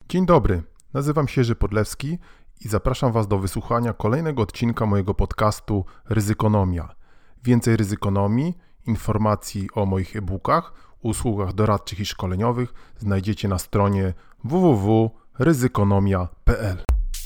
Dzień dobry, nazywam się Jerzy Podlewski i zapraszam Was do wysłuchania kolejnego odcinka mojego podcastu Ryzykonomia. Więcej ryzykonomii, informacji o moich e-bookach, usługach doradczych i szkoleniowych znajdziecie na stronie www.ryzykonomia.pl.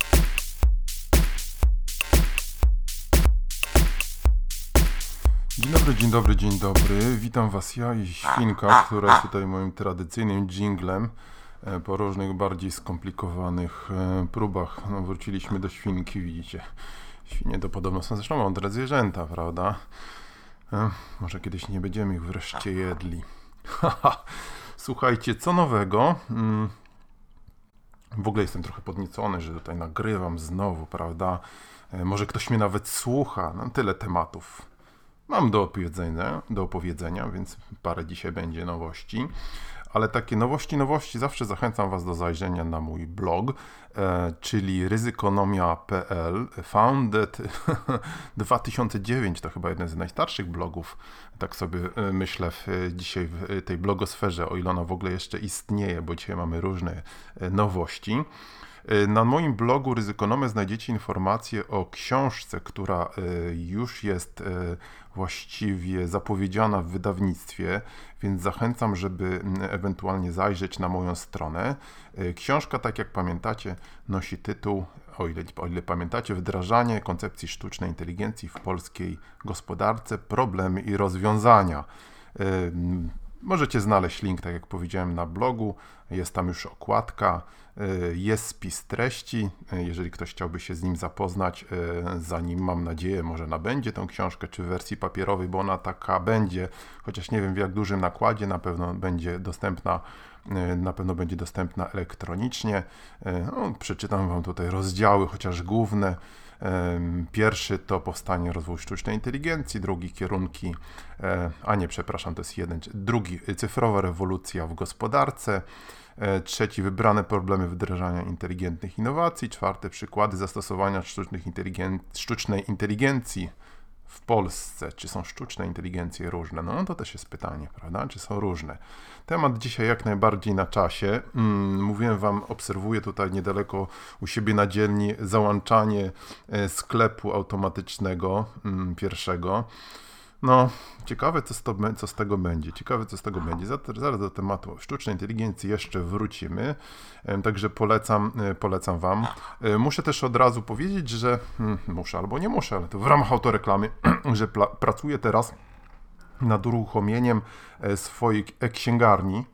Dzień dobry. Witam Was ja i Świnka, która jest tutaj moim tradycyjnym dżinglem. Po różnych bardziej skomplikowanych próbach wróciliśmy do Świnki, widzicie. Świnie to podobno są zresztą mądre zwierzęta, prawda? Może kiedyś nie będziemy ich wreszcie jedli. Słuchajcie, co nowego? W ogóle jestem trochę podniecony, że tutaj nagrywam znowu, prawda? Może ktoś mnie nawet słucha. Tyle tematów mam do opowiedzenia, więc parę dzisiaj będzie nowości. Ale takie nowości, zawsze zachęcam Was do zajrzenia na mój blog, czyli ryzykonomia.pl, founded 2009, to chyba jeden z najstarszych blogów, tak sobie myślę dzisiaj w tej blogosferze, o ile ona w ogóle jeszcze istnieje, bo dzisiaj mamy różne nowości. Na moim blogu Ryzykonomia znajdziecie informacje o książce, która już jest właściwie zapowiedziana w wydawnictwie, więc zachęcam, żeby ewentualnie zajrzeć na moją stronę. Książka, tak jak pamiętacie, nosi tytuł, o ile pamiętacie, Wdrażanie koncepcji sztucznej inteligencji w polskiej gospodarce, problemy i rozwiązania. Możecie znaleźć link, tak jak powiedziałem, na blogu, jest tam już okładka, jest spis treści, jeżeli ktoś chciałby się z nim zapoznać, zanim, mam nadzieję, może nabędzie tą książkę, czy w wersji papierowej, bo ona taka będzie, chociaż nie wiem w jak dużym nakładzie, na pewno będzie dostępna elektronicznie. Przeczytam Wam tutaj rozdziały, chociaż główne. Pierwszy to powstanie, rozwój sztucznej inteligencji, drugi cyfrowa rewolucja w gospodarce, trzeci wybrane problemy wdrażania inteligentnych innowacji, czwarty przykłady zastosowania sztucznej inteligencji w Polsce. Czy są sztuczne inteligencje różne? No to też jest pytanie, prawda? Czy są różne? Temat dzisiaj jak najbardziej na czasie. Mówiłem Wam, obserwuję tutaj niedaleko u siebie na dzielni załączanie sklepu automatycznego pierwszego. Ciekawe co z tego będzie. Zaraz do tematu sztucznej inteligencji jeszcze wrócimy. Także polecam Wam. Muszę też od razu powiedzieć, że muszę albo nie muszę, ale to w ramach autoreklamy, że pracuję teraz nad uruchomieniem swojej e-księgarni.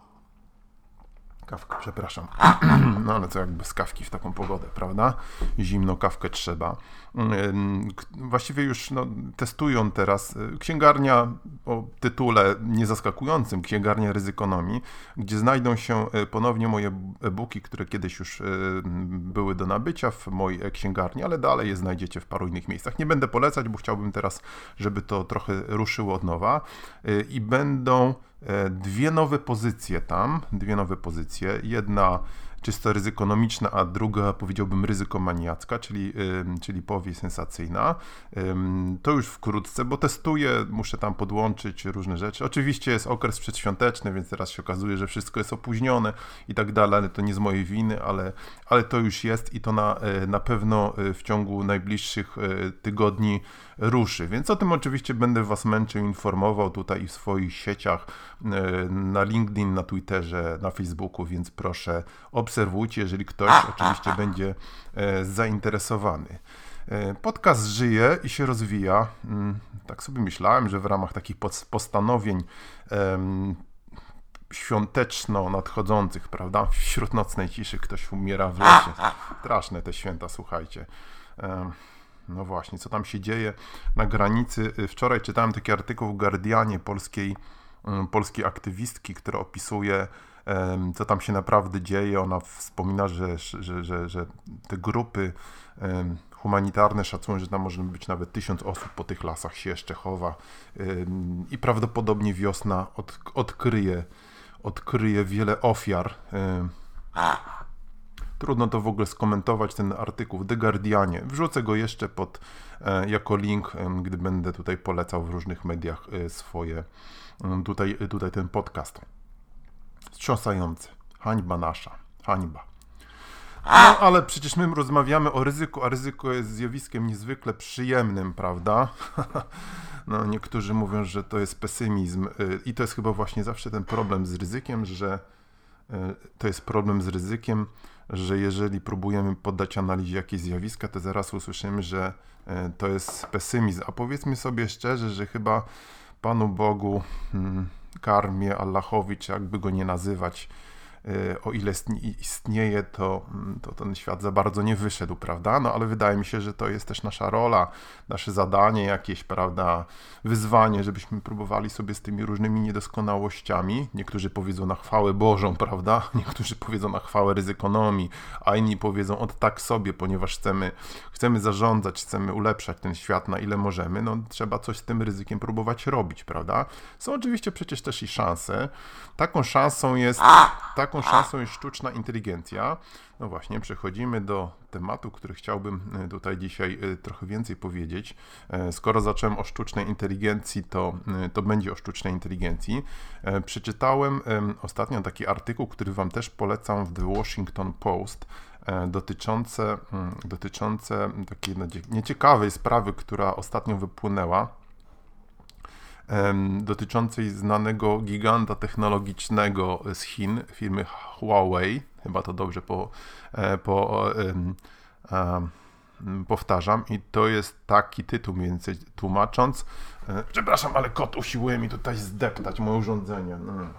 Kawka, przepraszam. Ale co jak bez kawki w taką pogodę, prawda? Zimno, kawkę trzeba. Właściwie już testują teraz księgarnia o tytule niezaskakującym, Księgarnia Ryzykonomii, gdzie znajdą się ponownie moje e-booki, które kiedyś już były do nabycia w mojej e-księgarni, ale dalej je znajdziecie w paru innych miejscach. Nie będę polecać, bo chciałbym teraz, żeby to trochę ruszyło od nowa i będą dwie nowe pozycje tam, jedna czysto ryzykonomiczna, a druga, powiedziałbym, ryzykomaniacka, czyli powieść sensacyjna. To już wkrótce, bo testuję, muszę tam podłączyć różne rzeczy. Oczywiście jest okres przedświąteczny, więc teraz się okazuje, że wszystko jest opóźnione i tak dalej, ale to nie z mojej winy, ale to już jest i to na pewno w ciągu najbliższych tygodni ruszy. Więc o tym oczywiście będę Was męczył, informował tutaj w swoich sieciach, na LinkedIn, na Twitterze, na Facebooku, więc proszę obserwujcie, jeżeli ktoś oczywiście będzie zainteresowany. Podcast żyje i się rozwija. Tak sobie myślałem, że w ramach takich postanowień świąteczno nadchodzących, prawda? Wśród nocnej ciszy ktoś umiera w lesie. Straszne te święta, słuchajcie. No właśnie, co tam się dzieje na granicy? Wczoraj czytałem taki artykuł w Guardianie polskiej aktywistki, która opisuje, co tam się naprawdę dzieje. Ona wspomina, że te grupy humanitarne szacują, że tam może być nawet 1000 osób po tych lasach się jeszcze chowa i prawdopodobnie wiosna odkryje wiele ofiar. Trudno to w ogóle skomentować, ten artykuł w The Guardianie. Wrzucę go jeszcze jako link, gdy będę tutaj polecał w różnych mediach tutaj ten podcast. Wstrząsający. Hańba nasza. Hańba. No, ale przecież my rozmawiamy o ryzyku, a ryzyko jest zjawiskiem niezwykle przyjemnym, prawda? No, niektórzy mówią, że to jest pesymizm i to jest chyba właśnie zawsze ten problem z ryzykiem, że to jest problem z ryzykiem, że jeżeli próbujemy poddać analizie jakieś zjawiska, to zaraz usłyszymy, że to jest pesymizm. A powiedzmy sobie szczerze, że chyba Panu Bogu, karmie, Allahowi, czy jakby go nie nazywać, o ile istnieje, to ten świat za bardzo nie wyszedł, prawda? No ale wydaje mi się, że to jest też nasza rola, nasze zadanie jakieś, prawda, wyzwanie, żebyśmy próbowali sobie z tymi różnymi niedoskonałościami, niektórzy powiedzą na chwałę Bożą, prawda? Niektórzy powiedzą na chwałę ryzykonomii, a inni powiedzą tak sobie, ponieważ chcemy zarządzać, chcemy ulepszać ten świat na ile możemy, no trzeba coś z tym ryzykiem próbować robić, prawda? Są oczywiście przecież też i szanse. Taką szansą jest sztuczna inteligencja. No właśnie, przechodzimy do tematu, który chciałbym tutaj dzisiaj trochę więcej powiedzieć. Skoro zacząłem o sztucznej inteligencji, to będzie o sztucznej inteligencji. Przeczytałem ostatnio taki artykuł, który wam też polecam w The Washington Post, dotyczące takiej nieciekawej sprawy, która ostatnio wypłynęła, dotyczącej znanego giganta technologicznego z Chin, firmy Huawei, chyba to dobrze powtarzam, i to jest taki tytuł mniej więcej tłumacząc. Przepraszam, ale kot usiłuje mi tutaj zdeptać moje urządzenie.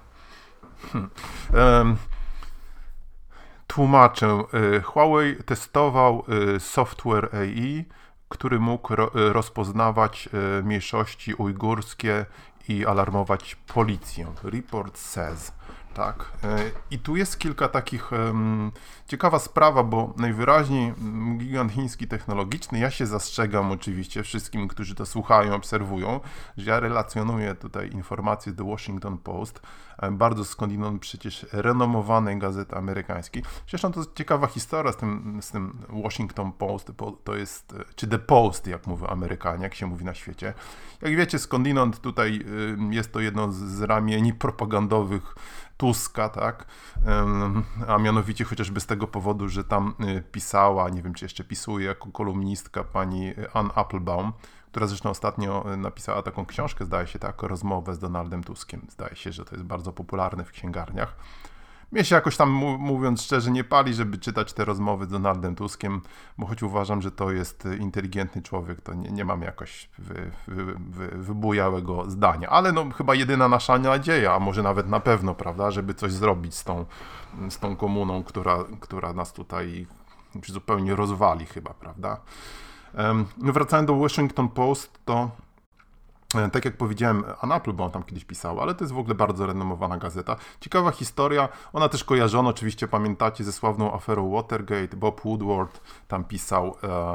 Tłumaczę. Huawei testował software AI, który mógł rozpoznawać mniejszości ujgurskie i alarmować policję. Report says. Tak. I tu jest kilka takich ciekawa sprawa, bo najwyraźniej gigant chiński technologiczny, ja się zastrzegam oczywiście wszystkim, którzy to słuchają, obserwują, że ja relacjonuję tutaj informacje The Washington Post, bardzo skądinąd przecież renomowanej gazety amerykańskiej. Zresztą to jest ciekawa historia z tym Washington Post, bo to jest, czy The Post, jak mówią Amerykanie, jak się mówi na świecie. Jak wiecie, skądinąd tutaj jest to jedno z ramieni propagandowych Tuska, tak, a mianowicie chociażby z tego powodu, że tam pisała, nie wiem czy jeszcze pisuje jako kolumnistka pani Ann Applebaum, która zresztą ostatnio napisała taką książkę, zdaje się, tak, rozmowę z Donaldem Tuskiem. Zdaje się, że to jest bardzo popularne w księgarniach. Mnie się jakoś tam, mówiąc szczerze, nie pali, żeby czytać te rozmowy z Donaldem Tuskiem, bo choć uważam, że to jest inteligentny człowiek, to nie mam jakoś wybujałego zdania. Ale no chyba jedyna nasza nadzieja, a może nawet na pewno, prawda, żeby coś zrobić z tą komuną, która nas tutaj zupełnie rozwali chyba, prawda. No wracając do Washington Post, to tak jak powiedziałem, Ann Applebaum tam kiedyś pisała, ale to jest w ogóle bardzo renomowana gazeta. Ciekawa historia, ona też kojarzona, oczywiście pamiętacie, ze sławną aferą Watergate. Bob Woodward tam pisał,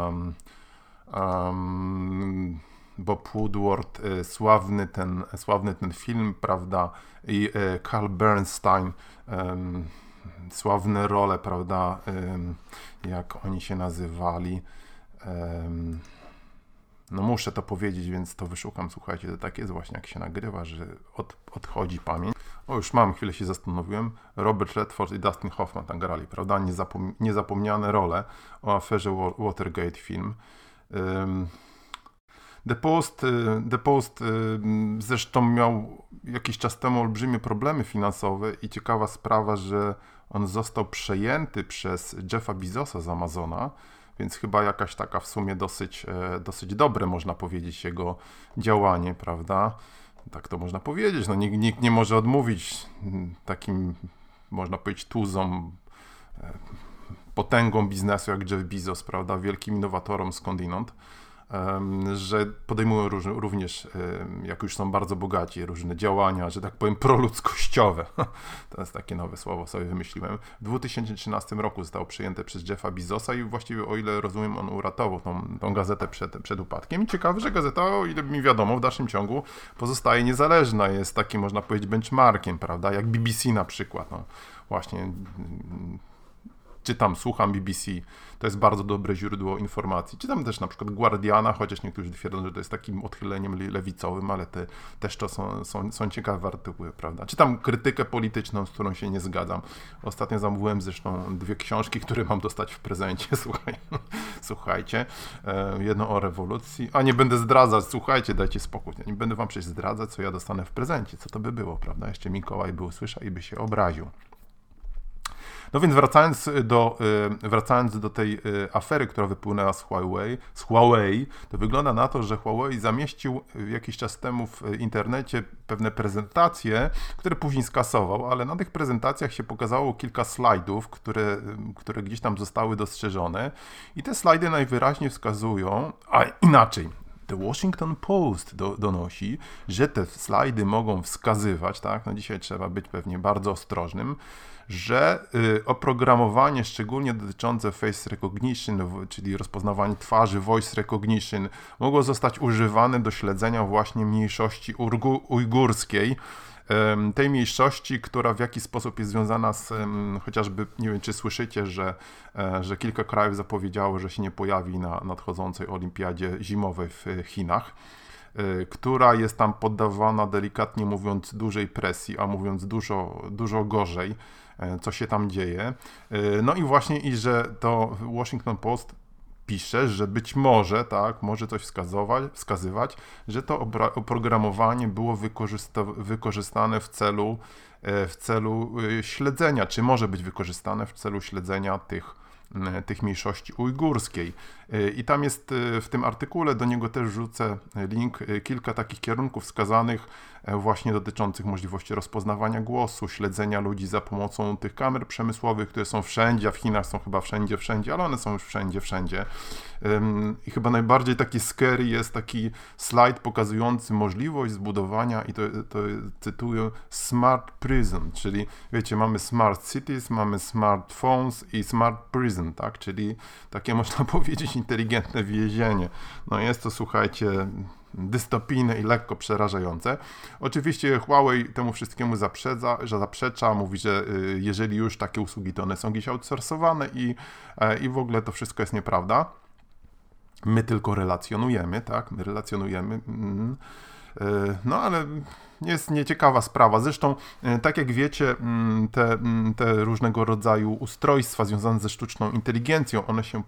Bob Woodward, sławny ten film, prawda, i Carl Bernstein, sławne role, prawda, jak oni się nazywali. No muszę to powiedzieć, więc to wyszukam. Słuchajcie, to tak jest właśnie, jak się nagrywa, że odchodzi pamięć. O, już mam, chwilę się zastanowiłem. Robert Redford i Dustin Hoffman tam grali, prawda? Niezapomniane role o aferze Watergate film. The Post zresztą miał jakiś czas temu olbrzymie problemy finansowe i ciekawa sprawa, że on został przejęty przez Jeffa Bezosa z Amazona, więc chyba jakaś taka w sumie dosyć dobre, można powiedzieć, jego działanie, prawda? Tak to można powiedzieć. No, nikt nie może odmówić takim, można powiedzieć, tuzom, potęgą biznesu jak Jeff Bezos, prawda? Wielkim innowatorom skądinąd, że podejmują również, jak już są bardzo bogaci, różne działania, że tak powiem, proludzkościowe. To jest takie nowe słowo, sobie wymyśliłem. W 2013 roku zostało przyjęte przez Jeffa Bezosa i właściwie, o ile rozumiem, on uratował tą gazetę przed upadkiem. I ciekawe, że gazeta, o ile mi wiadomo, w dalszym ciągu pozostaje niezależna, jest takim, można powiedzieć, benchmarkiem, prawda, jak BBC na przykład. No, właśnie czytam, słucham BBC, to jest bardzo dobre źródło informacji. Czytam też na przykład Guardiana, chociaż niektórzy twierdzą, że to jest takim odchyleniem lewicowym, ale też to są ciekawe artykuły, prawda? Czytam krytykę polityczną, z którą się nie zgadzam. Ostatnio zamówiłem zresztą 2 książki, które mam dostać w prezencie, słuchajcie. Jedno o rewolucji, a nie będę zdradzać, słuchajcie, dajcie spokój. Nie będę wam przecież zdradzać, co ja dostanę w prezencie, co to by było, prawda? Jeszcze Mikołaj by usłyszał i by się obraził. No więc wracając do tej afery, która wypłynęła z Huawei, to wygląda na to, że Huawei zamieścił jakiś czas temu w internecie pewne prezentacje, które później skasował, ale na tych prezentacjach się pokazało kilka slajdów, które gdzieś tam zostały dostrzeżone i te slajdy najwyraźniej wskazują, a inaczej. The Washington Post donosi, że te slajdy mogą wskazywać, tak, no dzisiaj trzeba być pewnie bardzo ostrożnym, że oprogramowanie szczególnie dotyczące face recognition, czyli rozpoznawanie twarzy, voice recognition, mogło zostać używane do śledzenia właśnie mniejszości ujgurskiej, tej mniejszości, która w jakiś sposób jest związana z chociażby, nie wiem czy słyszycie, że kilka krajów zapowiedziało, że się nie pojawi na nadchodzącej olimpiadzie zimowej w Chinach, która jest tam poddawana delikatnie mówiąc dużej presji, a mówiąc dużo gorzej, co się tam dzieje. No i właśnie że to Washington Post pisze, że być może, tak, może coś wskazywać, że to oprogramowanie było wykorzystane w celu śledzenia, czy może być wykorzystane w celu śledzenia tych mniejszości ujgurskiej. I tam jest w tym artykule, do niego też wrzucę link, kilka takich kierunków wskazanych właśnie dotyczących możliwości rozpoznawania głosu, śledzenia ludzi za pomocą tych kamer przemysłowych, które są wszędzie, a w Chinach są chyba wszędzie, ale one są już wszędzie. I chyba najbardziej taki scary jest taki slajd pokazujący możliwość zbudowania, i to cytuję, smart prison, czyli wiecie, mamy smart cities, mamy smartphones i smart prison, tak, czyli takie można powiedzieć inteligentne więzienie. No jest to, słuchajcie, dystopijne i lekko przerażające. Oczywiście Huawei temu wszystkiemu zaprzecza, mówi, że jeżeli już takie usługi, to one są gdzieś outsourcowane i w ogóle to wszystko jest nieprawda. My tylko relacjonujemy, tak? No ale jest nieciekawa sprawa. Zresztą, tak jak wiecie, te różnego rodzaju ustrojstwa związane ze sztuczną inteligencją, one się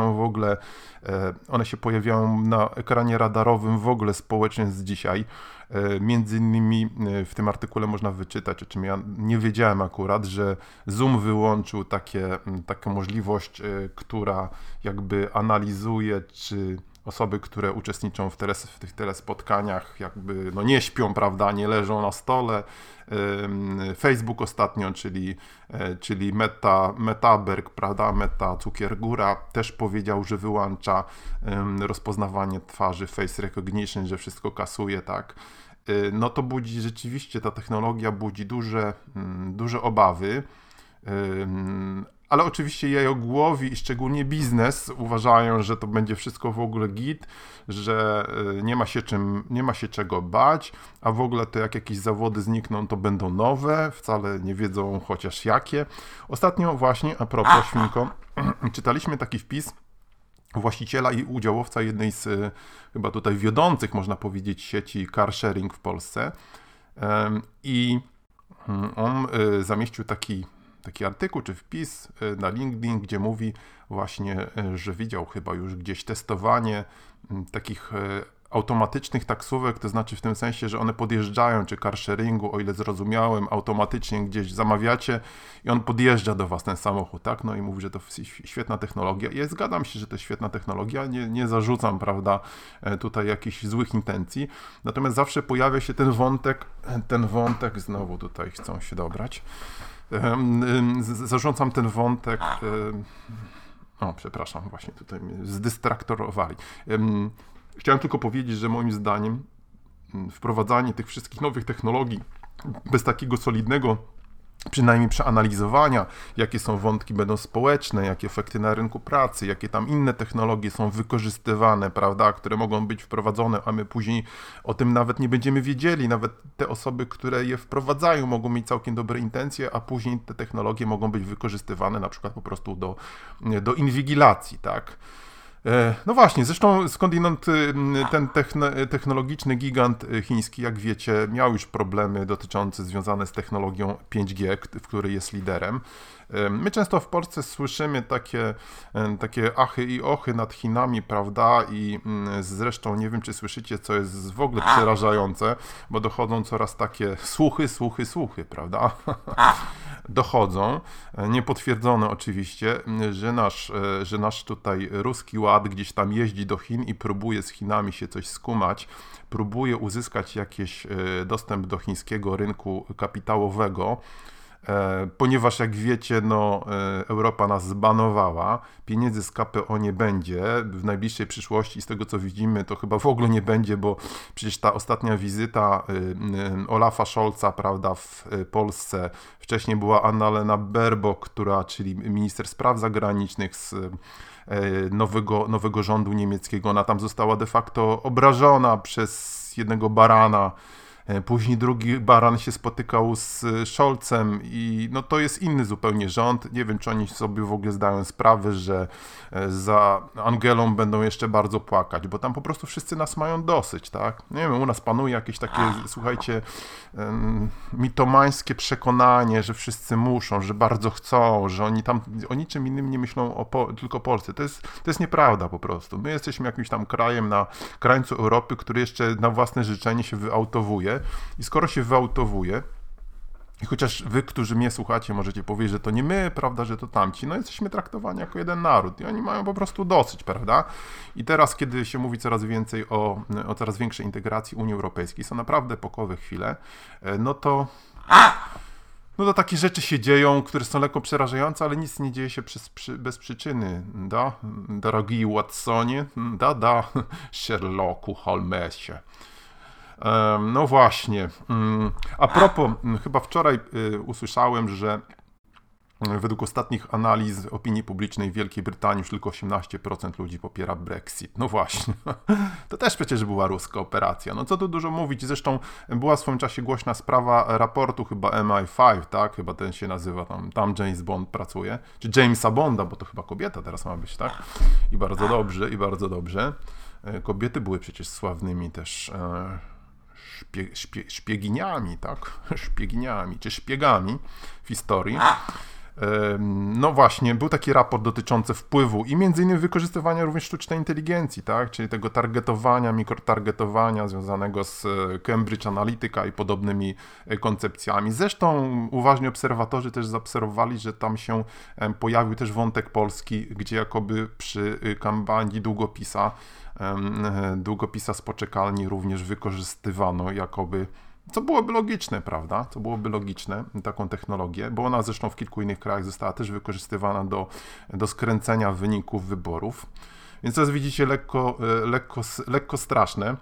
pojawiają na ekranie radarowym w ogóle społecznie z dzisiaj. Między innymi w tym artykule można wyczytać, o czym ja nie wiedziałem akurat, że Zoom wyłączył taką możliwość, która jakby analizuje, czy osoby, które uczestniczą w tych telespotkaniach jakby no nie śpią, prawda, nie leżą na stole. Facebook ostatnio, czyli Metaberg, prawda, Meta Cukiergóra też powiedział, że wyłącza rozpoznawanie twarzy, face recognition, że wszystko kasuje, tak. No to rzeczywiście ta technologia budzi duże obawy. Ale oczywiście jajogłowi i szczególnie biznes uważają, że to będzie wszystko w ogóle git, że nie ma się czego bać, a w ogóle to jak jakieś zawody znikną, to będą nowe, wcale nie wiedzą chociaż jakie. Ostatnio właśnie, a propos Świnko, czytaliśmy taki wpis właściciela i udziałowca jednej z chyba tutaj wiodących, można powiedzieć, sieci car sharing w Polsce i on zamieścił taki artykuł czy wpis na LinkedIn, gdzie mówi właśnie, że widział chyba już gdzieś testowanie takich automatycznych taksówek, to znaczy w tym sensie, że one podjeżdżają, czy car sharingu, o ile zrozumiałem, automatycznie gdzieś zamawiacie i on podjeżdża do was ten samochód, tak? No i mówi, że to świetna technologia. Ja zgadzam się, że to jest świetna technologia, nie zarzucam, prawda, tutaj jakichś złych intencji, natomiast zawsze pojawia się ten wątek, znowu tutaj chcą się dobrać, zarzucam ten wątek, przepraszam, właśnie tutaj mnie zdystraktorowali. Chciałem tylko powiedzieć, że moim zdaniem wprowadzanie tych wszystkich nowych technologii bez takiego solidnego przynajmniej przeanalizowania, jakie są wątki będą społeczne, jakie efekty na rynku pracy, jakie tam inne technologie są wykorzystywane, prawda, które mogą być wprowadzone, a my później o tym nawet nie będziemy wiedzieli. Nawet te osoby, które je wprowadzają, mogą mieć całkiem dobre intencje, a później te technologie mogą być wykorzystywane na przykład po prostu do inwigilacji, tak. No właśnie, zresztą skądinąd ten technologiczny gigant chiński, jak wiecie, miał już problemy dotyczące związane z technologią 5G, w której jest liderem. My często w Polsce słyszymy takie achy i ochy nad Chinami, prawda? I zresztą nie wiem, czy słyszycie, co jest w ogóle przerażające, bo dochodzą coraz takie słuchy, prawda? Dochodzą, niepotwierdzone oczywiście, że nasz tutaj ruski ład gdzieś tam jeździ do Chin i próbuje z Chinami się coś skumać, próbuje uzyskać jakiś dostęp do chińskiego rynku kapitałowego, ponieważ jak wiecie, Europa nas zbanowała, pieniędzy z KPO nie będzie, w najbliższej przyszłości z tego co widzimy to chyba w ogóle nie będzie, bo przecież ta ostatnia wizyta Olafa Scholza, prawda, w Polsce, wcześniej była Annalena Baerbock, czyli minister spraw zagranicznych z nowego rządu niemieckiego, ona tam została de facto obrażona przez jednego barana. Później drugi baran się spotykał z Scholzem i to jest inny zupełnie rząd. Nie wiem, czy oni sobie w ogóle zdają sprawę, że za Angelą będą jeszcze bardzo płakać, bo tam po prostu wszyscy nas mają dosyć, tak? Nie wiem, u nas panuje jakieś takie, słuchajcie, mitomańskie przekonanie, że wszyscy muszą, że bardzo chcą, że oni tam o niczym innym nie myślą tylko o Polsce. To jest nieprawda po prostu. My jesteśmy jakimś tam krajem na krańcu Europy, który jeszcze na własne życzenie się wyautowuje. I skoro się wyautowuje, i chociaż wy, którzy mnie słuchacie, możecie powiedzieć, że to nie my, prawda, że to tamci, jesteśmy traktowani jako jeden naród i oni mają po prostu dosyć, prawda? I teraz, kiedy się mówi coraz więcej o coraz większej integracji Unii Europejskiej, są naprawdę epokowe chwile, to takie rzeczy się dzieją, które są lekko przerażające, ale nic nie dzieje się bez przyczyny, da? Drogi Watsonie, da, Sherlocku Holmesie. No właśnie, a propos, chyba wczoraj usłyszałem, że według ostatnich analiz opinii publicznej w Wielkiej Brytanii już tylko 18% ludzi popiera Brexit. No właśnie, to też przecież była ruska operacja. Co tu dużo mówić, zresztą była w swoim czasie głośna sprawa raportu chyba MI5, tak? Chyba ten się nazywa, tam James Bond pracuje, czy Jamesa Bonda, bo to chyba kobieta teraz ma być, tak? I bardzo dobrze. Kobiety były przecież sławnymi też szpieginiami, tak? Szpieginiami, czy szpiegami w historii. No właśnie, był taki raport dotyczący wpływu i między innymi wykorzystywania również sztucznej inteligencji, tak? Czyli tego targetowania, mikrotargetowania związanego z Cambridge Analytica i podobnymi koncepcjami. Zresztą uważni obserwatorzy też zaobserwowali, że tam się pojawił też wątek polski, gdzie jakoby przy kampanii długopisa z poczekalni również wykorzystywano jakoby, co byłoby logiczne, prawda? Co byłoby logiczne, taką technologię, bo ona zresztą w kilku innych krajach została też wykorzystywana do skręcenia wyników wyborów. Więc to jest, widzicie, lekko straszne.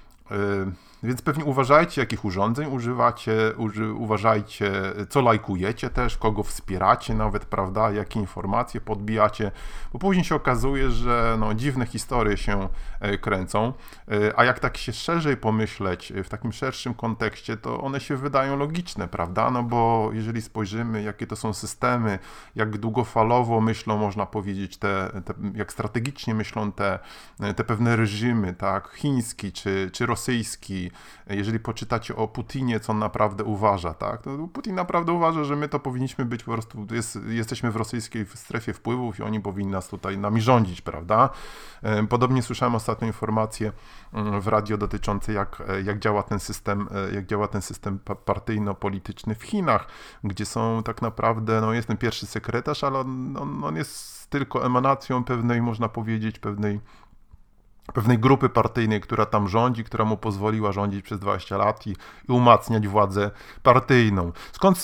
Więc pewnie uważajcie, jakich urządzeń używacie, uważajcie, co lajkujecie też, kogo wspieracie nawet, prawda, jakie informacje podbijacie, bo później się okazuje, że dziwne historie się kręcą, a jak tak się szerzej pomyśleć, w takim szerszym kontekście, to one się wydają logiczne, prawda, bo jeżeli spojrzymy, jakie to są systemy, jak długofalowo myślą, można powiedzieć, jak strategicznie myślą te pewne reżimy, tak, chiński czy rosyjski. Jeżeli poczytacie o Putinie, co on naprawdę uważa, tak? To Putin naprawdę uważa, że my to powinniśmy być po prostu, jesteśmy w rosyjskiej strefie wpływów i oni powinni nas tutaj nami rządzić, prawda? Podobnie słyszałem ostatnią informację w radio dotyczące jak działa ten system partyjno-polityczny w Chinach, gdzie są tak naprawdę, jest ten pierwszy sekretarz, ale on jest tylko emanacją pewnej, można powiedzieć, pewnej pewnej grupy partyjnej, która tam rządzi, która mu pozwoliła rządzić przez 20 lat i umacniać władzę partyjną.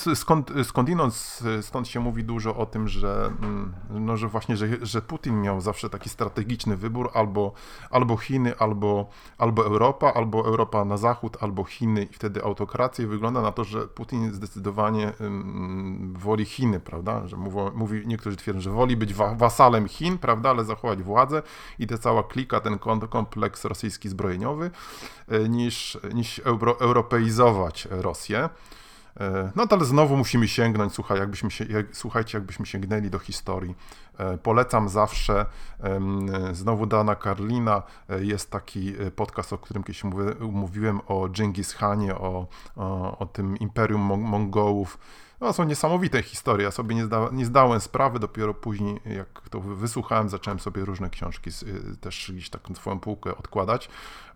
Stąd się mówi dużo o tym, że, no, że właśnie, że Putin miał zawsze taki strategiczny wybór, albo Chiny, albo Europa na zachód, albo Chiny i wtedy autokracja. I wygląda na to, że Putin zdecydowanie woli Chiny, prawda? Że mówi, niektórzy twierdzą, że woli być wasalem Chin, prawda, ale zachować władzę i ta cała klika, ten kompleks rosyjski zbrojeniowy, niż europeizować Rosję. No to ale znowu musimy sięgnąć, słuchajcie, jakbyśmy sięgnęli do historii. Polecam zawsze, znowu Dana Carlina, jest taki podcast, o którym kiedyś mówiłem, o Dżingis Khanie, o tym imperium Mongołów. No, są niesamowite historie. Ja sobie nie zdałem sprawy, dopiero później, jak to wysłuchałem, zacząłem sobie różne książki też gdzieś taką swoją półkę odkładać.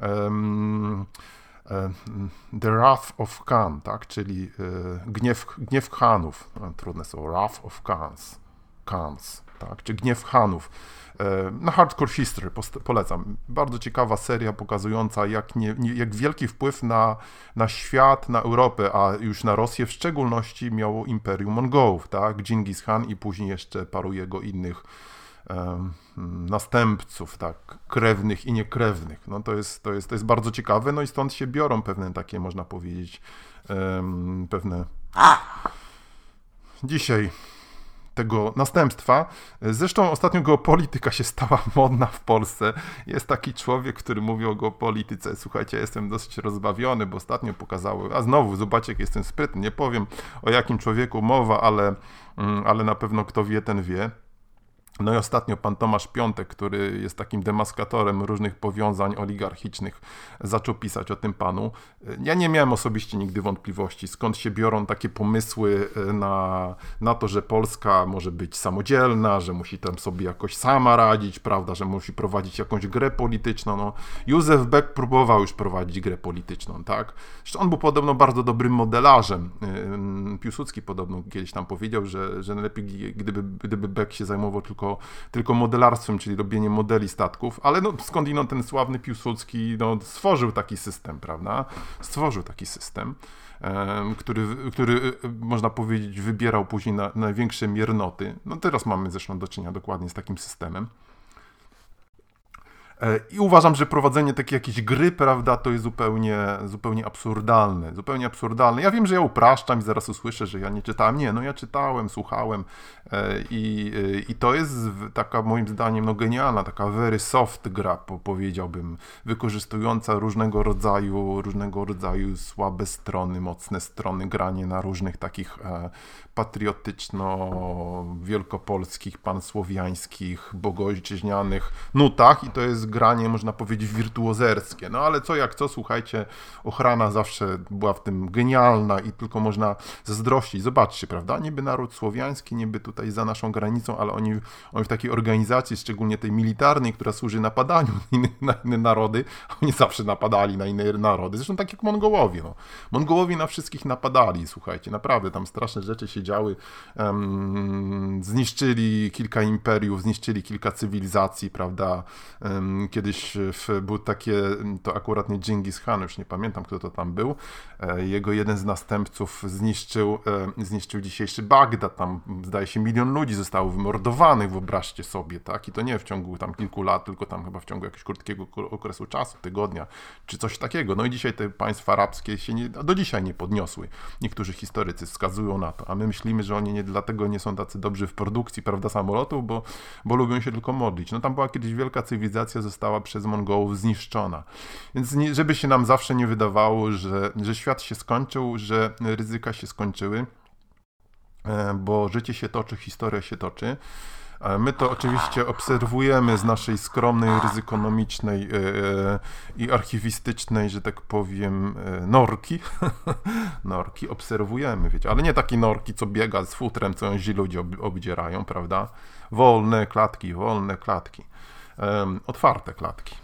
The Wrath of Khan, tak? Czyli gniew Khanów. Trudne są. Wrath of Khans, tak? Czy gniew Khanów. Na Hardcore History polecam. Bardzo ciekawa seria pokazująca, jak wielki wpływ na świat, na Europę, a już na Rosję w szczególności miało Imperium Mongołów, tak? Dżingis Khan i później jeszcze paru jego innych następców, tak? Krewnych i niekrewnych. No to jest bardzo ciekawe, no i stąd się biorą pewne takie, można powiedzieć, pewne dzisiaj tego następstwa. Zresztą ostatnio geopolityka się stała modna w Polsce. Jest taki człowiek, który mówi o geopolityce. Słuchajcie, ja jestem dosyć rozbawiony, bo ostatnio pokazały, a znowu, zobaczcie, jak jestem sprytny, nie powiem, o jakim człowieku mowa, ale na pewno kto wie, ten wie. No i ostatnio pan Tomasz Piątek, który jest takim demaskatorem różnych powiązań oligarchicznych, zaczął pisać o tym panu. Ja nie miałem osobiście nigdy wątpliwości, skąd się biorą takie pomysły na to, że Polska może być samodzielna, że musi tam sobie jakoś sama radzić, prawda, że musi prowadzić jakąś grę polityczną. No, Józef Beck próbował już prowadzić grę polityczną, tak? Zresztą on był podobno bardzo dobrym modelarzem. Piłsudski podobno kiedyś tam powiedział, że najlepiej gdyby Beck się zajmował tylko modelarstwem, czyli robieniem modeli statków, ale no, skądinąd ten sławny Piłsudski stworzył taki system, prawda? Stworzył taki system, który można powiedzieć wybierał później na największe miernoty. No teraz mamy zresztą do czynienia dokładnie z takim systemem. I uważam, że prowadzenie takiej jakiejś gry, prawda, to jest zupełnie absurdalne. Zupełnie absurdalne. Ja wiem, że ja upraszczam i zaraz usłyszę, że ja nie czytałem. Nie, no ja czytałem, słuchałem i to jest taka moim zdaniem genialna, taka very soft gra, powiedziałbym, wykorzystująca różnego rodzaju słabe strony, mocne strony, granie na różnych takich patriotyczno-wielkopolskich, pansłowiańskich, bogojczyźnianych nutach i to jest granie, można powiedzieć, wirtuozerskie. No ale co jak co, słuchajcie, ochrana zawsze była w tym genialna i tylko można zazdrościć. Zobaczcie, prawda? Niby naród słowiański, niby tutaj za naszą granicą, ale oni w takiej organizacji, szczególnie tej militarnej, która służy napadaniu na inne narody, oni zawsze napadali na inne narody. Zresztą tak jak Mongołowie. No. Mongołowie na wszystkich napadali, słuchajcie, naprawdę tam straszne rzeczy się działy. Zniszczyli kilka imperiów, zniszczyli kilka cywilizacji, prawda? Kiedyś był takie, to akurat nie Dżingis Khan, już nie pamiętam, kto to tam był. Jego jeden z następców zniszczył dzisiejszy Bagdad. Tam, zdaje się, 1 000 000 ludzi zostało wymordowanych, wyobraźcie sobie, tak? I to nie w ciągu tam kilku lat, tylko tam chyba w ciągu jakiegoś krótkiego okresu czasu, tygodnia, czy coś takiego. No i dzisiaj te państwa arabskie się do dzisiaj nie podniosły. Niektórzy historycy wskazują na to, a my myślimy, że oni dlatego nie są tacy dobrzy w produkcji, prawda, samolotów, bo lubią się tylko modlić. No tam była kiedyś wielka cywilizacja, została przez Mongołów zniszczona. Więc żeby się nam zawsze nie wydawało, że świat się skończył, że ryzyka się skończyły, bo życie się toczy, historia się toczy. My to oczywiście obserwujemy z naszej skromnej, ryzykonomicznej i archiwistycznej, że tak powiem, norki. Norki obserwujemy, wiecie, ale nie taki norki, co biega z futrem, co źli ludzie obdzierają, prawda? Wolne klatki, otwarte klatki.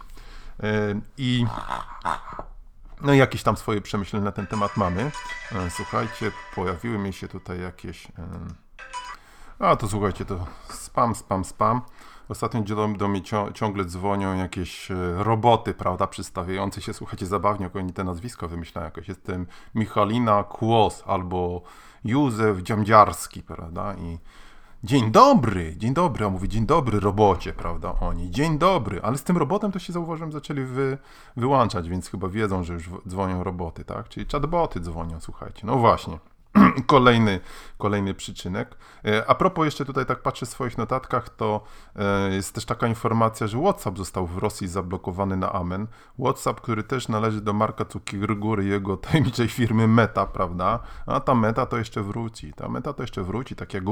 No i jakieś tam swoje przemyślenia na ten temat mamy. Słuchajcie, pojawiły mi się tutaj jakieś... A to słuchajcie, to spam. Ostatnio do mnie ciągle dzwonią jakieś roboty, prawda, przedstawiające się, słuchajcie, zabawnie, jak oni te nazwisko wymyślają jakoś. Jestem Michalina Kłos albo Józef Dziamdziarski, prawda, i dzień dobry, a mówi dzień dobry robocie, prawda, oni, dzień dobry, ale z tym robotem to się zauważyłem, zaczęli wyłączać, więc chyba wiedzą, że już dzwonią roboty, tak, czyli chatboty dzwonią, słuchajcie, no właśnie. Kolejny przyczynek. A propos jeszcze tutaj tak patrzę w swoich notatkach, to jest też taka informacja, że WhatsApp został w Rosji zablokowany na amen. WhatsApp, który też należy do Marka Zuckerberga i jego tajemniczej firmy Meta, prawda? A ta Meta to jeszcze wróci. Tak jak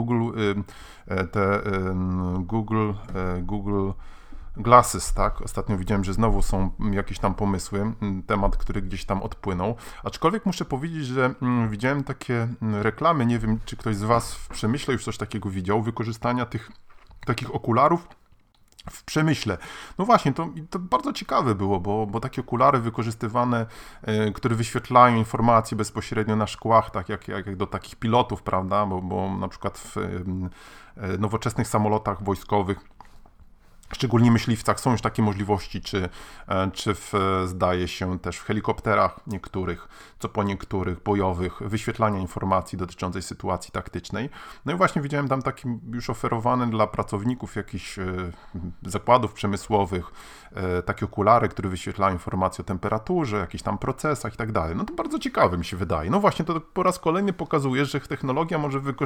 Google Glasses, tak? Ostatnio widziałem, że znowu są jakieś tam pomysły, temat, który gdzieś tam odpłynął. Aczkolwiek muszę powiedzieć, że widziałem takie reklamy, nie wiem, czy ktoś z Was w przemyśle już coś takiego widział, wykorzystania tych takich okularów w przemyśle. No właśnie, to bardzo ciekawe było, bo takie okulary wykorzystywane, które wyświetlają informacje bezpośrednio na szkłach, tak jak do takich pilotów, prawda, bo na przykład w nowoczesnych samolotach wojskowych, szczególnie myśliwcach, są już takie możliwości, czy zdaje się też w helikopterach niektórych, co po niektórych bojowych, wyświetlania informacji dotyczącej sytuacji taktycznej. No i właśnie widziałem tam takie już oferowane dla pracowników jakichś zakładów przemysłowych takie okulary, które wyświetlają informacje o temperaturze, jakichś tam procesach i tak dalej. No to bardzo ciekawe mi się wydaje. No właśnie, to po raz kolejny pokazuje, że technologia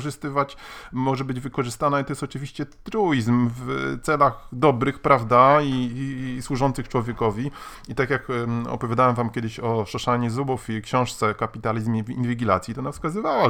może być wykorzystana i to jest oczywiście truizm w celach dobrych, prawda, i służących człowiekowi. I tak jak opowiadałem wam kiedyś o Szoszanie Zubow i książce Kapitalizm i Inwigilacji, to ona wskazywała,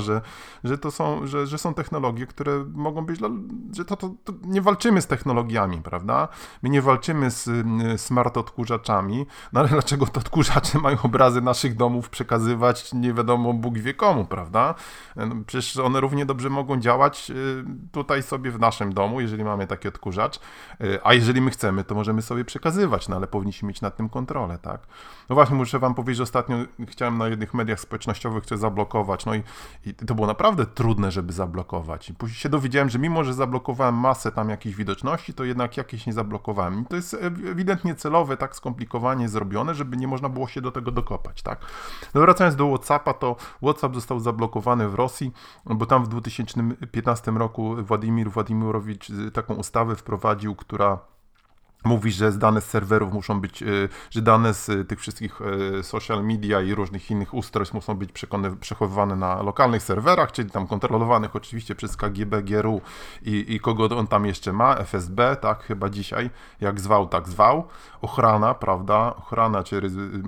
że są technologie, które mogą być, że to nie walczymy z technologiami, prawda? My nie walczymy z smart odkurzaczami, no ale dlaczego te odkurzacze mają obrazy naszych domów przekazywać nie wiadomo Bóg wie komu, prawda? No, przecież one równie dobrze mogą działać tutaj sobie w naszym domu, jeżeli mamy taki odkurzacz, a jeżeli my chcemy, to możemy sobie przekazywać, no ale powinniśmy mieć nad tym kontrolę, tak? No właśnie, muszę wam powiedzieć, że ostatnio chciałem na jednych mediach społecznościowych coś zablokować, no i to było naprawdę trudne, żeby zablokować. I później się dowiedziałem, że mimo, że zablokowałem masę tam jakichś widoczności, to jednak jakieś nie zablokowałem. I to jest ewidentnie celowe, tak skomplikowanie zrobione, żeby nie można było się do tego dokopać, tak? No wracając do WhatsAppa, to WhatsApp został zablokowany w Rosji, bo tam w 2015 roku Władimir Władimirowicz taką ustawę wprowadził, która mówi, że dane z serwerów muszą być, że dane z tych wszystkich social media i różnych innych ustrojstw muszą być przechowywane na lokalnych serwerach, czyli tam kontrolowanych oczywiście przez KGB, GRU i kogo on tam jeszcze ma, FSB, tak, chyba dzisiaj, jak zwał, tak zwał, ochrana, prawda, ochrana, czy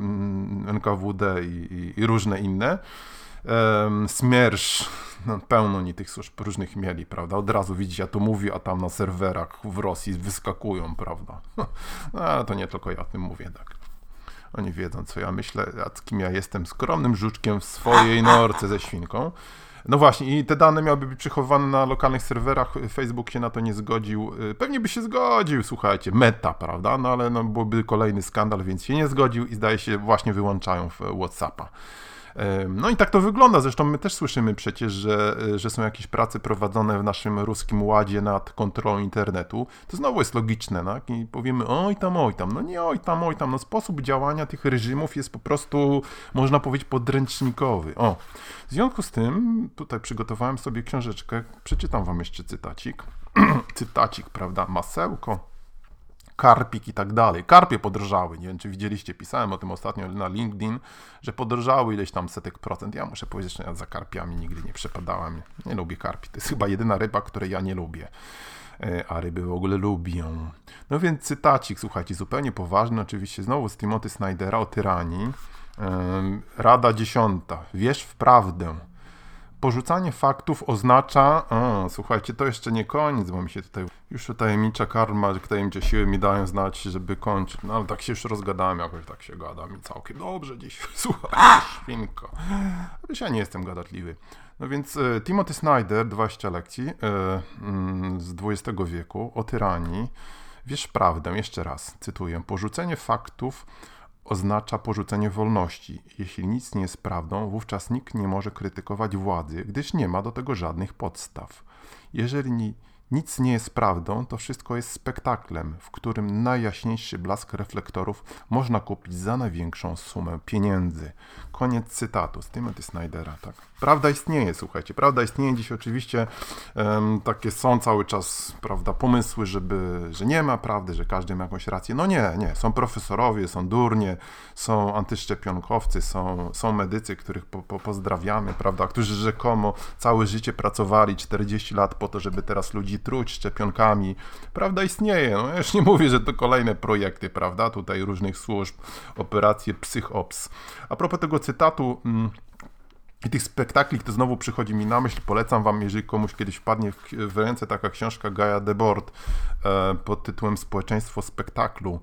NKWD i różne inne. Smiersz, no, pełno oni tych służb różnych mieli, prawda, od razu widzicie, ja to mówię, a tam na serwerach w Rosji wyskakują, prawda, no to nie tylko ja o tym mówię, tak, oni wiedzą, co ja myślę, a kim ja jestem, skromnym żuczkiem w swojej norce ze świnką. No właśnie, i te dane miałyby być przechowywane na lokalnych serwerach, Facebook się na to nie zgodził, pewnie by się zgodził, słuchajcie, Meta, prawda, no ale no, byłby kolejny skandal, więc się nie zgodził i zdaje się właśnie wyłączają WhatsAppa. No i tak to wygląda, zresztą my też słyszymy przecież, że są jakieś prace prowadzone w naszym ruskim ładzie nad kontrolą internetu. To znowu jest logiczne, tak? I powiemy oj tam, no nie oj tam, no sposób działania tych reżimów jest po prostu, można powiedzieć, podręcznikowy. O, w związku z tym tutaj przygotowałem sobie książeczkę, przeczytam wam jeszcze cytacik, cytacik, prawda, masełko, karpik i tak dalej. Karpie podrożały. Nie wiem, czy widzieliście, pisałem o tym ostatnio na LinkedIn, że podrożały ileś tam setek procent. Ja muszę powiedzieć, że ja za karpiami nigdy nie przepadałem. Nie lubię karpi. To jest chyba jedyna ryba, której ja nie lubię. A ryby w ogóle lubią. No więc cytacik, słuchajcie, zupełnie poważny, oczywiście znowu z Timothy Snydera o tyranii. Rada 10. Wierz w prawdę. Porzucanie faktów oznacza, słuchajcie, to jeszcze nie koniec, bo mi się tutaj już tajemnicza karma, tajemnicze siły mi dają znać, żeby kończyć, no ale tak się już rozgadałem, jakoś tak się gada mi całkiem dobrze dziś, słuchaj, świnko, ale ja nie jestem gadatliwy. No więc Timothy Snyder, 20 lekcji z XX wieku o tyranii, wierz prawdę, jeszcze raz, cytuję, porzucenie faktów oznacza porzucenie wolności. Jeśli nic nie jest prawdą, wówczas nikt nie może krytykować władzy, gdyż nie ma do tego żadnych podstaw. Jeżeli Nic nie jest prawdą, to wszystko jest spektaklem, w którym najjaśniejszy blask reflektorów można kupić za największą sumę pieniędzy. Koniec cytatu z Timothy Snydera. Tak. Prawda istnieje, słuchajcie, prawda istnieje. Dziś oczywiście takie są cały czas, prawda, pomysły, że nie ma prawdy, że każdy ma jakąś rację. No nie. Są profesorowie, są durnie, są antyszczepionkowcy, są medycy, których pozdrawiamy, prawda, którzy rzekomo całe życie pracowali 40 lat po to, żeby teraz ludzi truć szczepionkami. Prawda istnieje. No, ja już nie mówię, że to kolejne projekty, prawda, tutaj różnych służb, operacje psychops. A propos tego cytatu i tych spektakli, to znowu przychodzi mi na myśl, polecam wam, jeżeli komuś kiedyś wpadnie w ręce taka książka Gaya Debord pod tytułem Społeczeństwo spektaklu.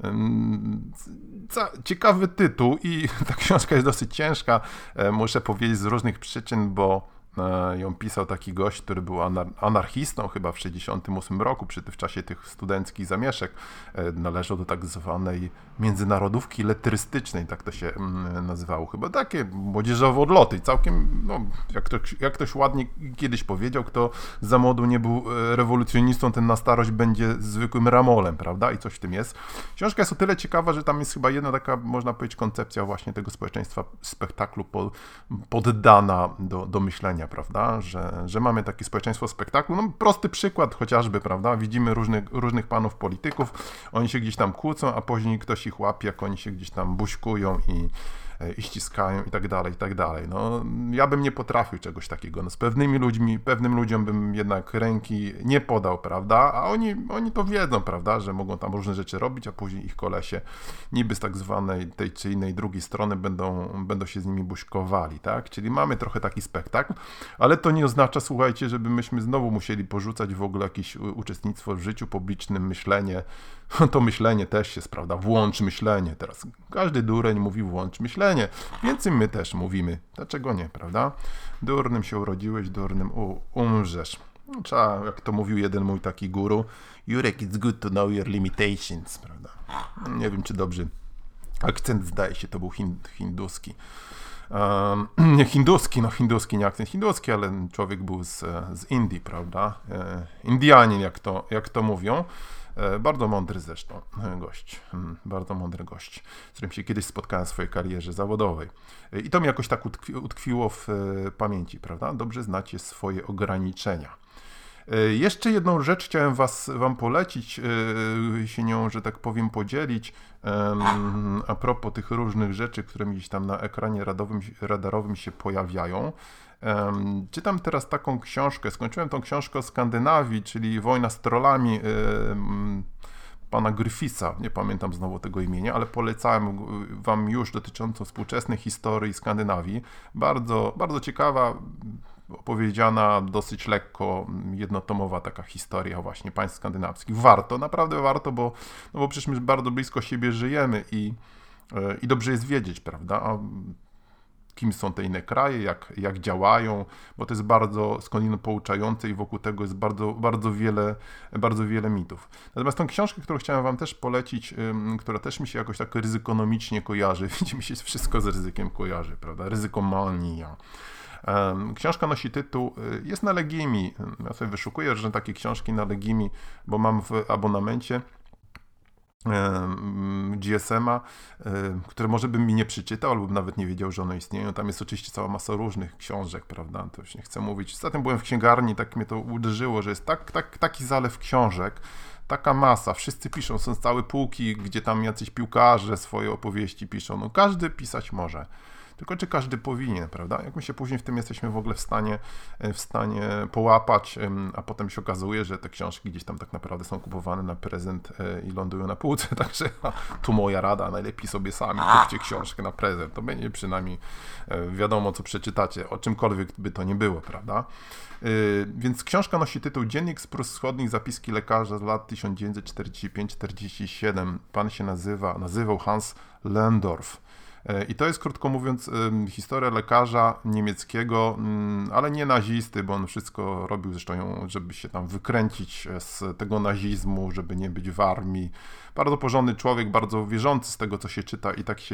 Ciekawy tytuł i ta książka jest dosyć ciężka, muszę powiedzieć, z różnych przyczyn, bo ją pisał taki gość, który był anarchistą chyba w 1968 roku, w czasie tych studenckich zamieszek. Należał do tak zwanej międzynarodówki letrystycznej, tak to się nazywało chyba. Takie młodzieżowe odloty. Całkiem, no, jak ktoś ładnie kiedyś powiedział, kto za młodu nie był rewolucjonistą, ten na starość będzie zwykłym ramolem, prawda? I coś w tym jest. Książka jest o tyle ciekawa, że tam jest chyba jedna taka, można powiedzieć, koncepcja właśnie tego społeczeństwa spektaklu poddana do myślenia, prawda, że mamy takie społeczeństwo spektaklu. No prosty przykład chociażby, prawda, widzimy różnych panów polityków, oni się gdzieś tam kłócą, a później ktoś ich łapie, jak oni się gdzieś tam buźkują i ściskają i tak dalej. No, ja bym nie potrafił czegoś takiego. No, z pewnym ludziom bym jednak ręki nie podał, prawda, a oni to wiedzą, prawda, że mogą tam różne rzeczy robić, a później ich kolesie niby z tak zwanej tej czy innej drugiej strony będą się z nimi buźkowali, tak, czyli mamy trochę taki spektakl, ale to nie oznacza, słuchajcie, żeby myśmy znowu musieli porzucać w ogóle jakieś uczestnictwo w życiu publicznym, myślenie. To myślenie też jest, prawda, włącz myślenie. Teraz każdy dureń mówi włącz myślenie, więc my też mówimy. Dlaczego nie, prawda? Durnym się urodziłeś, durnym umrzesz. Trzeba, jak to mówił jeden mój taki guru, Jurek, it's good to know your limitations, prawda? Nie wiem, czy dobrze. Akcent, zdaje się, to był hinduski. Nie hinduski, nie akcent hinduski, ale człowiek był z Indii, prawda? Indianin, jak to mówią. Bardzo mądry zresztą gość, bardzo mądry gość, z którym się kiedyś spotkałem w swojej karierze zawodowej. I to mi jakoś tak utkwiło w pamięci, prawda? Dobrze znacie swoje ograniczenia. Jeszcze jedną rzecz chciałem wam polecić, się nią, że tak powiem, podzielić, a propos tych różnych rzeczy, które gdzieś tam na ekranie radarowym się pojawiają. Czytam teraz taką książkę, skończyłem tą książkę o Skandynawii, czyli Wojna z trollami pana Griffitha, nie pamiętam znowu tego imienia, ale polecałem wam już dotyczącą współczesnej historii Skandynawii. Bardzo, bardzo ciekawa, opowiedziana dosyć lekko, jednotomowa taka historia właśnie państw skandynawskich. Warto, naprawdę warto, bo przecież my bardzo blisko siebie żyjemy i dobrze jest wiedzieć, prawda? Kim są te inne kraje, jak działają, bo to jest bardzo skądinąd pouczające i wokół tego jest bardzo wiele mitów. Natomiast tą książkę, którą chciałem wam też polecić, która też mi się jakoś tak ryzykonomicznie kojarzy, widzimy mi się wszystko z ryzykiem kojarzy, prawda, ryzykomania. Książka nosi tytuł, jest na Legimi, ja sobie wyszukuję, że takie książki na Legimi, bo mam w abonamencie GSM-a, które może bym mi nie przeczytał, albo bym nawet nie wiedział, że one istnieją. Tam jest oczywiście cała masa różnych książek, prawda, to już nie chcę mówić. Zatem byłem w księgarni, tak mnie to uderzyło, że jest taki zalew książek, taka masa, wszyscy piszą, są całe półki, gdzie tam jacyś piłkarze swoje opowieści piszą. No każdy pisać może. Tylko czy każdy powinien, prawda? Jak my się później w tym jesteśmy w ogóle w stanie połapać, a potem się okazuje, że te książki gdzieś tam tak naprawdę są kupowane na prezent i lądują na półce, także tu moja rada, najlepiej sobie sami kupcie książkę na prezent, to będzie przynajmniej wiadomo, co przeczytacie, o czymkolwiek by to nie było, prawda? Więc książka nosi tytuł Dziennik z Prus Wschodnich, zapiski lekarza z lat 1945-47. Pan się nazywał Hans Lehndorff. I to jest, krótko mówiąc, historia lekarza niemieckiego, ale nie nazisty, bo on wszystko robił zresztą, żeby się tam wykręcić z tego nazizmu, żeby nie być w armii. Bardzo porządny człowiek, bardzo wierzący z tego, co się czyta i tak się jak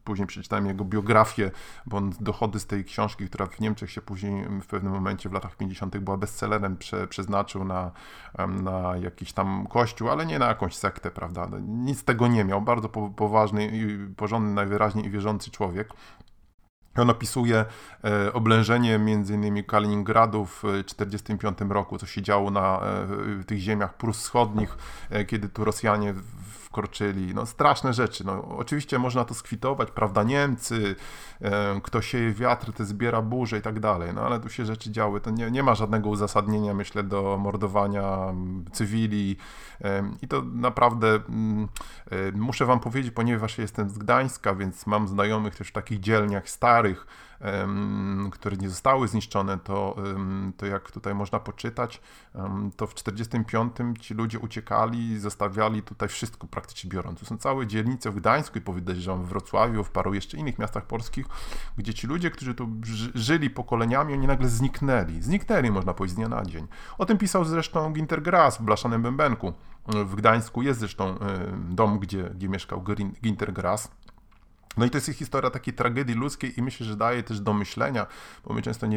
później przeczytałem jego biografię, bo on dochody z tej książki, która w Niemczech się później w pewnym momencie w latach 50. była bestsellerem, przeznaczył na jakiś tam kościół, ale nie na jakąś sektę, prawda? Nic z tego nie miał. Bardzo poważny i porządny, najwyraźniej i wierzący człowiek. On opisuje oblężenie m.in. Kaliningradu w 1945 roku, co się działo na tych ziemiach Prus Wschodnich, kiedy tu Rosjanie wkroczyli. No, straszne rzeczy. No, oczywiście można to skwitować, prawda, Niemcy, kto sieje wiatr, to zbiera burze i tak dalej, no ale tu się rzeczy działy. To nie ma żadnego uzasadnienia, myślę, do mordowania cywili i to naprawdę muszę wam powiedzieć, ponieważ jestem z Gdańska, więc mam znajomych też w takich dzielniach starych, które nie zostały zniszczone, to jak tutaj można poczytać, to w 1945 ci ludzie uciekali i zostawiali tutaj wszystko praktycznie biorąc. To są całe dzielnice w Gdańsku i podejrzewam w Wrocławiu, w paru jeszcze innych miastach polskich, gdzie ci ludzie, którzy tu żyli pokoleniami, oni nagle zniknęli. Zniknęli, można powiedzieć, z dnia na dzień. O tym pisał zresztą Günter Grass w Blaszanym Bębenku. W Gdańsku jest zresztą dom, gdzie mieszkał Günter Grass. No i to jest historia takiej tragedii ludzkiej i myślę, że daje też do myślenia, bo my często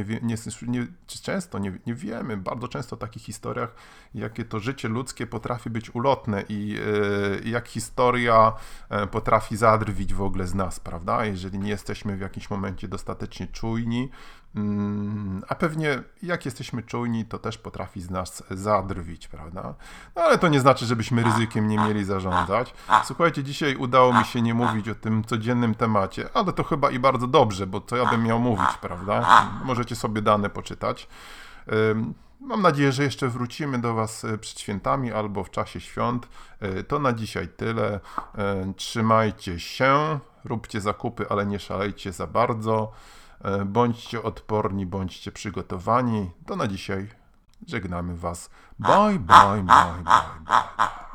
nie wiemy, bardzo często o takich historiach, jakie to życie ludzkie potrafi być ulotne i jak historia potrafi zadrwić w ogóle z nas, prawda? Jeżeli nie jesteśmy w jakimś momencie dostatecznie czujni, a pewnie jak jesteśmy czujni, to też potrafi z nas zadrwić, prawda? No ale to nie znaczy, żebyśmy ryzykiem nie mieli zarządzać. Słuchajcie, dzisiaj udało mi się nie mówić o tym codziennym temacie, ale to chyba i bardzo dobrze, bo co ja bym miał mówić, prawda? Możecie sobie dane poczytać. Mam nadzieję, że jeszcze wrócimy do was przed świętami albo w czasie świąt. To na dzisiaj tyle. Trzymajcie się, róbcie zakupy, ale nie szalejcie za bardzo. Bądźcie odporni, bądźcie przygotowani. To na dzisiaj żegnamy was. Bye, bye, bye, bye, bye.